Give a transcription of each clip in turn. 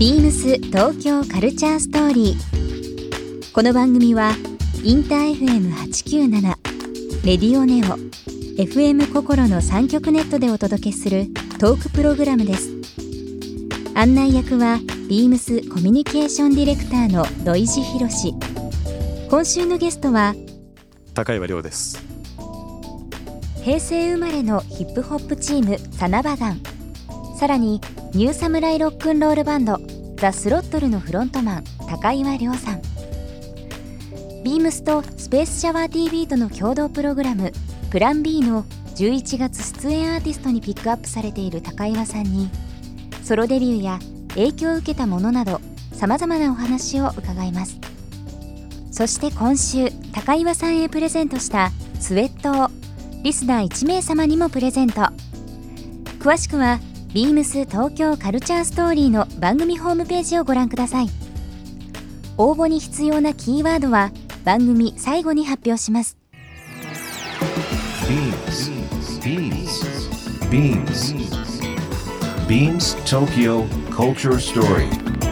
ビームス東京カルチャーストーリー。この番組はインター FM897 レディオネオ FM 心の3極ネットでお届けするトークプログラムです。案内役はビームスコミュニケーションディレクターの土井博志。今週のゲストは高岩亮です。 平成生まれのヒップホップチームサナバガン、さらにニューサムライロックンロールバンドザ・スロットルのフロントマン高岩亮さん。ビームスとスペースシャワー TV との共同プログラムプラン B の11月出演アーティストにピックアップされている高岩さんに、ソロデビューや影響を受けたものなど様々なお話を伺います。そして今週高岩さんへプレゼントしたスウェットをリスナー1名様にもプレゼント。詳しくはビームス東京カルチャーストーリーの番組ホームページをご覧ください。応募に必要なキーワードは番組最後に発表します。 Beams Tokyo Culture Story.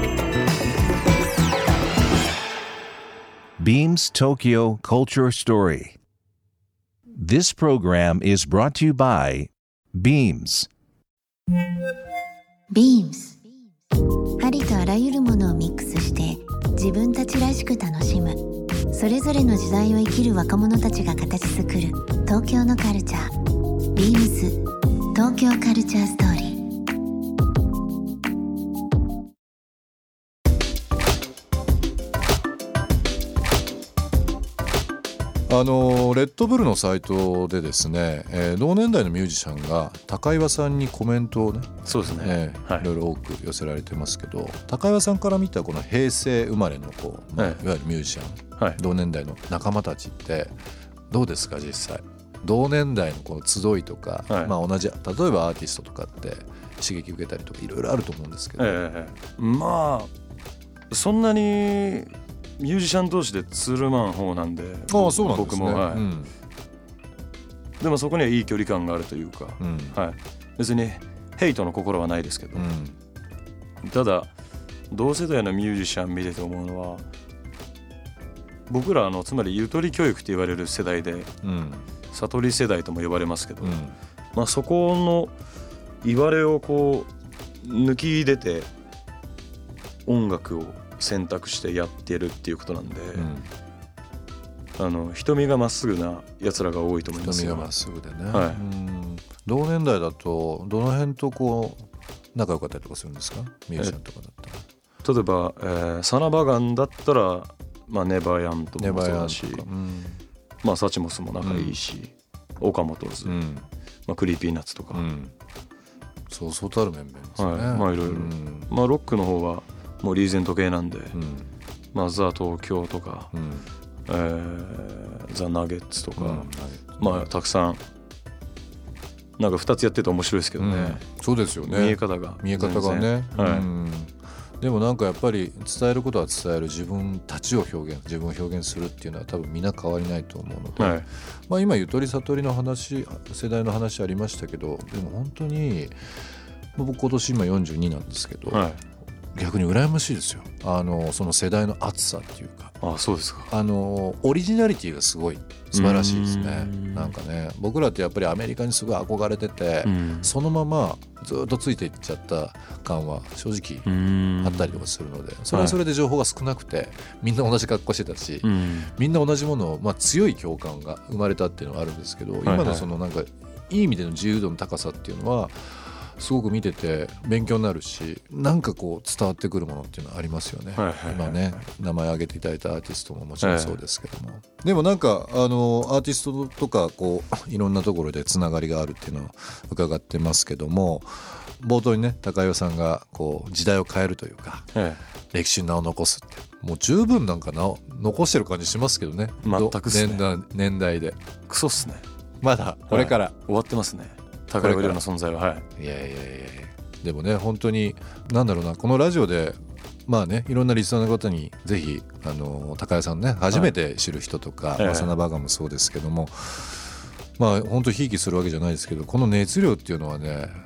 Beams Tokyo Culture Story. This program is brought to you by Beams. Beams ありとあらゆるものをミックスして自分たちらしく楽しむ、それぞれの時代を生きる若者たちが形作る東京のカルチャー。 Beams 東京カルチャーストーリー。 レッドブルのサイトでですね、同年代のミュージシャンが高岩さんにコメントをね、 そうですね、 いろいろ多く寄せられてますけど、高岩さんから見たこの平成生まれのいわゆるミュージシャン、同年代の仲間たちってどうですか？実際同年代のこの集いとか、同じ例えばアーティストとかって刺激受けたりとかいろいろあると思うんですけど、 まあそんなにミュージシャン同士でつるまん方なんで、 そうなんですね。僕も、 でもそこにはいい距離感があるというか、別にヘイトの心はないですけど、ただ同世代のミュージシャン見てて思うのは、僕らつまりゆとり教育と言われる世代で、悟り世代とも呼ばれますけど、そこの言われをこう抜き出て音楽を選択してやってるっていうことなんで、瞳がまっすぐなやつらが多いと思いますよ。 瞳がまっすぐでね、同年代だとどの辺とこう仲良かったりとかするんですか？ミュージシャンとかだったら、 例えば、サナバガンだったら、ネバヤンともそうだし、サチモスも仲いいし、オカモトズ、クリーピーナッツとか、 そうそうたる面々ですね。 いろいろ、ロックの方はもうリーゼント系なんで、ザ・東京とか、ザ・ナゲッツとか、たくさんなんか2つやってて面白いですけどね。 そうですよね。 見え方がね、でもなんかやっぱり伝えることは伝える、自分たちを自分を表現するっていうのは多分みんな変わりないと思うので、今ゆとり悟りの話、世代の話ありましたけど、でも本当に僕今年今42なんですけど、逆に羨ましいですよ。その世代の厚さっていうか、 そうですか。 オリジナリティがすごい素晴らしいですね。なんかね、僕らってやっぱりアメリカにすごい憧れてて、そのままずっとついていっちゃった感は正直あったりとかするので、それはそれで情報が少なくて、みんな同じ格好してたし、みんな同じものを、強い共感が生まれたっていうのはあるんですけど、今のそのなんかいい意味での自由度の高さっていうのはすごく見てて勉強になるし、なんかこう伝わってくるものっていうのはありますよね。今ね、名前挙げていただいたアーティストももちろんそうですけども、でもなんかアーティストとかこういろんなところでつながりがあるっていうのを伺ってますけども、冒頭にね高岩さんがこう時代を変えるというか、歴史に名を残すって、もう十分なんか名を残してる感じしますけどね。 全くっすね。 年代でクソっすね。 まだこれから、 終わってますね、高岩亮の存在は。 いやでもね、本当になんだろうな、このラジオでいろんなリスナーの方にぜひ高岩さんね、初めて知る人とか、サナバガンもそうですけども、本当ひいきするわけじゃないですけど、この熱量っていうのはね、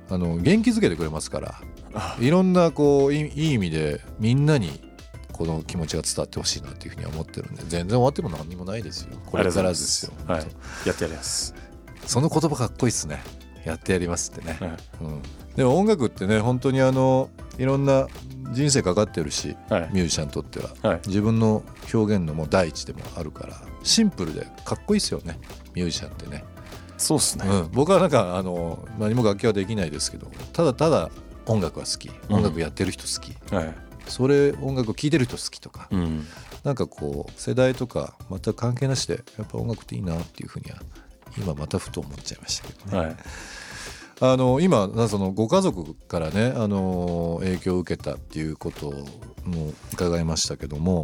元気づけてくれますから、いろんなこういい意味でみんなにこの気持ちが伝わってほしいなっていうふうには思ってるんで、全然終わっても何にもないですよ。これからですよ。 はい、やってやります。 その言葉かっこいいですね。やってやりますってね、でも音楽ってね本当にいろんな人生かかってるし、ミュージシャンにとっては、自分の表現のもう第一でもあるからシンプルでかっこいいですよね、ミュージシャンってね。 そうっすね、 僕はなんか何も楽器はできないですけど、ただただ音楽は好き、音楽やってる人好き、それ音楽を聴いてる人好きとか、なんかこう世代とかまた関係なしでやっぱ音楽っていいなっていうふうには今またふと思っちゃいましたけどね、今そのご家族からね、影響を受けたっていうことも伺いましたけども、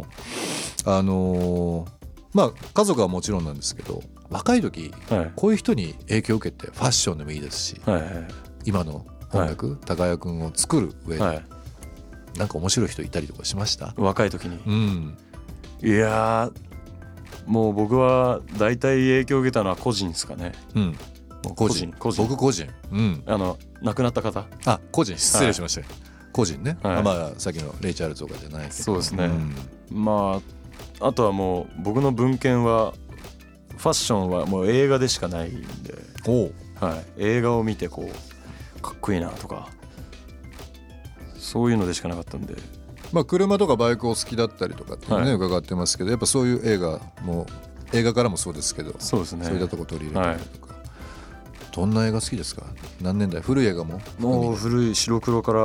まあ家族はもちろんなんですけど、若い時、こういう人に影響を受けてファッションでもいいですし、今の音楽、高谷君を作る上で、なんか面白い人いたりとかしました？ 若い時に、いやもう僕は大体影響を受けたのは個人ですかね。個人僕個人、亡くなった方、個人失礼しました、個人ね、まあさっきのレイ・チャールズとかじゃないけど、 そうですね、まああとはもう僕の文献はファッションはもう映画でしかないんで、映画を見てこうかっこいいなとかそういうのでしかなかったんで、 まあ車とかバイクを好きだったりとかってね、伺ってますけど、やっぱそういう映画からもそうですけど、そうですね、そういったとこ取り入れたりとか、どんな映画好きですか？何年代？古い映画も古い白黒から、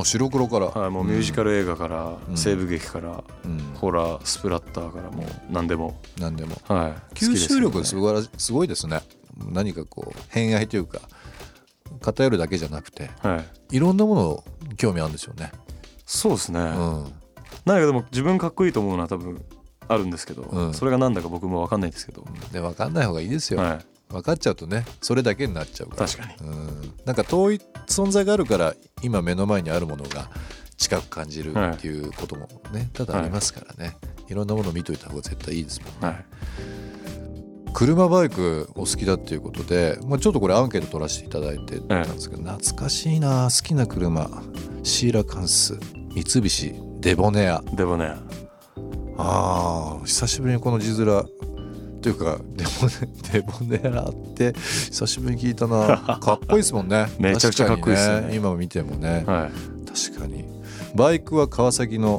白黒から、 もうミュージカル映画から、西部劇から、ホラースプラッターからもう何でも、 吸収力すごいですね。何かこう偏愛というか偏るだけじゃなくて、いろんなものを興味あるんですよね。 そうですね、なんかでも自分かっこいいと思うのは多分あるんですけど、それがなんだか僕も分かんないですけど、 で分かんない方がいいですよ、分かっちゃうとねそれだけになっちゃうから。 確かに、 なんか遠い存在があるから今目の前にあるものが近く感じるっていうこともね、ただありますからね、いろんなものを見といた方が絶対いいですもんね、車バイクお好きだっていうことで、ちょっとこれアンケート取らせていただいてたんですけど、懐かしいな。好きな車シーラカンス、三菱デボネア。久しぶりにこの字面というかデボネアって久しぶりに聞いたな。かっこいいですもんね。 めちゃくちゃかっこいいですね、 今見てもね、確かに。バイクは川崎の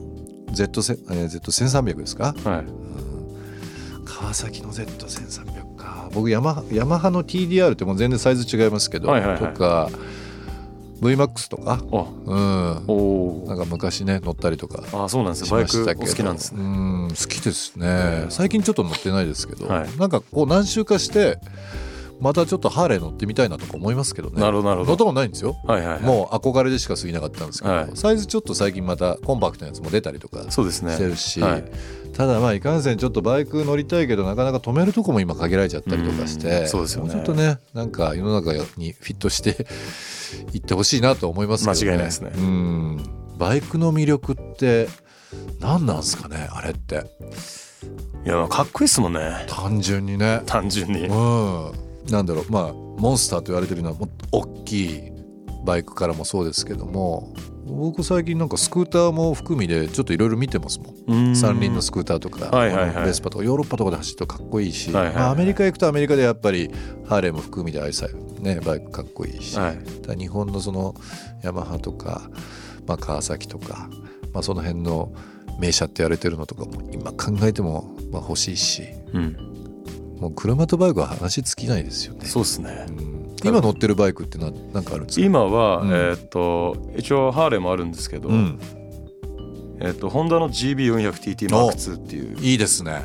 Z1300 ですか？川崎の Z1300 か。僕ヤマハの TDR ってもう全然サイズ違いますけど、とか VMAX とか、なんか昔ね乗ったりとか。 そうなんですよ。バイクお好きなんですね。 好きですね。最近ちょっと乗ってないですけど、なんかこう何周かしてまたちょっとハーレー乗ってみたいなとか思いますけどね。 なるほど。 乗ったことないんですよ、もう憧れでしか過ぎなかったんですけど、サイズちょっと最近またコンパクトなやつも出たりとかしてるし、ただいかんせんちょっとバイク乗りたいけどなかなか止めるとこも今限られちゃったりとかして、 そうですよね、 もうちょっとねなんか世の中にフィットしていってほしいなと思いますけどね。 間違いないですね。 バイクの魅力って何なんですかね、あれって。 いやかっこいいですもんね、 単純にね。なんだろう、モンスターと言われてるのはもっと大きいバイクからもそうですけども、僕最近なんかスクーターも含みでちょっといろいろ見てますもん。三輪のスクーターとか、ベスパとかヨーロッパとかで走るとかっこいいし、アメリカ行くとアメリカでやっぱりハーレーも含みでバイクかっこいいし、日本のそのヤマハとか、川崎とか、その辺の名車って言われてるのとかも今考えても欲しいし、もう車とバイクは話尽きないですよね。 そうですね。 今乗ってるバイクって何かあるんですか？ 今は、一応ハーレーもあるんですけど、ホンダの GB400TT Mark2 っていう、 いいですね、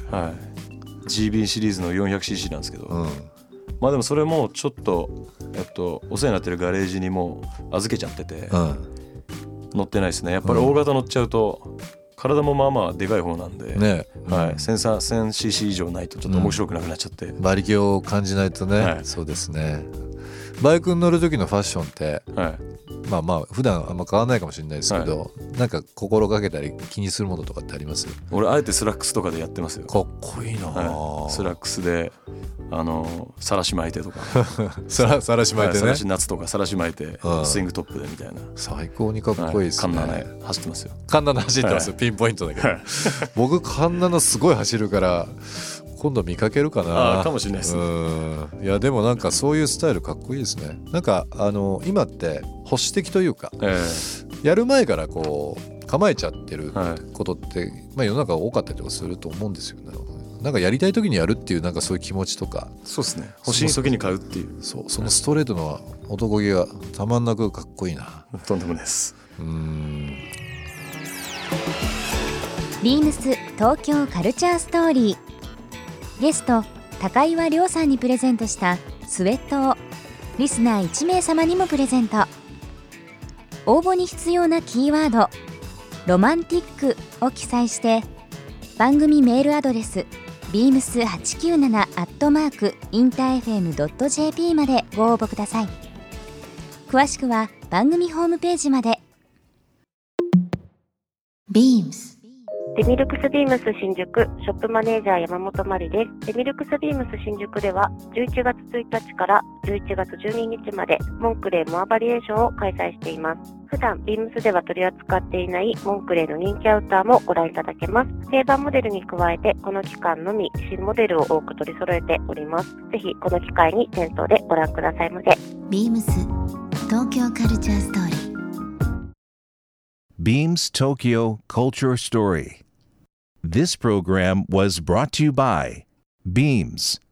GB シリーズの 400cc なんですけど、でもそれもちょっと、お世話になってるガレージにもう預けちゃってて、乗ってないですね。やっぱり大型乗っちゃうと、体もまあまあでかい方なんで、1000cc 以上ないとちょっと面白くなくなっちゃって、 馬力を感じないとね、そうですね。バイクに乗る時のファッションって、普段あんま変わらないかもしれないですけど、なんか心がけたり気にするものとかってあります？ 俺あえてスラックスとかでやってますよ。 かっこいいな、 スラックスでさらし巻いてとかさらし巻いてね、 さらし夏とかさらし巻いてスイングトップでみたいな、 最高にかっこいいですね。 カンナナ走ってますよ。 カンナナ走ってますよ、ピンポイントだけど僕カンナナすごい走るから今度見かけるかな。 かもしれないですね。 いやでもなんかそういうスタイルかっこいいですね。なんか今って保守的というか、やる前からこう構えちゃってることって、世の中多かったりとかすると思うんですよね。なんかやりたい時にやるっていうなんかそういう気持ちとか、 そうですね、欲しい時に買うっていう、 そのストレートの男気がたまんなくかっこいいな。 とんでもないです。 ビームス東京カルチャーストーリー、ゲスト高岩亮さんにプレゼントしたスウェットをリスナー1名様にもプレゼント。応募に必要なキーワードロマンティックを記載して番組メールアドレスbeams897@interfm.jp までご応募ください。詳しくは番組ホームページまで。 BEAMS デミルクスビームス新宿ショップマネージャー山本真理です。デミルクスビームス新宿では11月1日から11月12日までモンクレーモアバリエーションを開催しています。普段ビームスでは取り扱っていないモンクレーの人気アウターもご覧いただけます。定番モデルに加えてこの期間のみ新モデルを多く取り揃えております。ぜひこの機会に店頭でご覧くださいませ。 BEAMS 東京カルチャーストーリー Beams Tokyo Culture Story. This program was brought to you by Beams.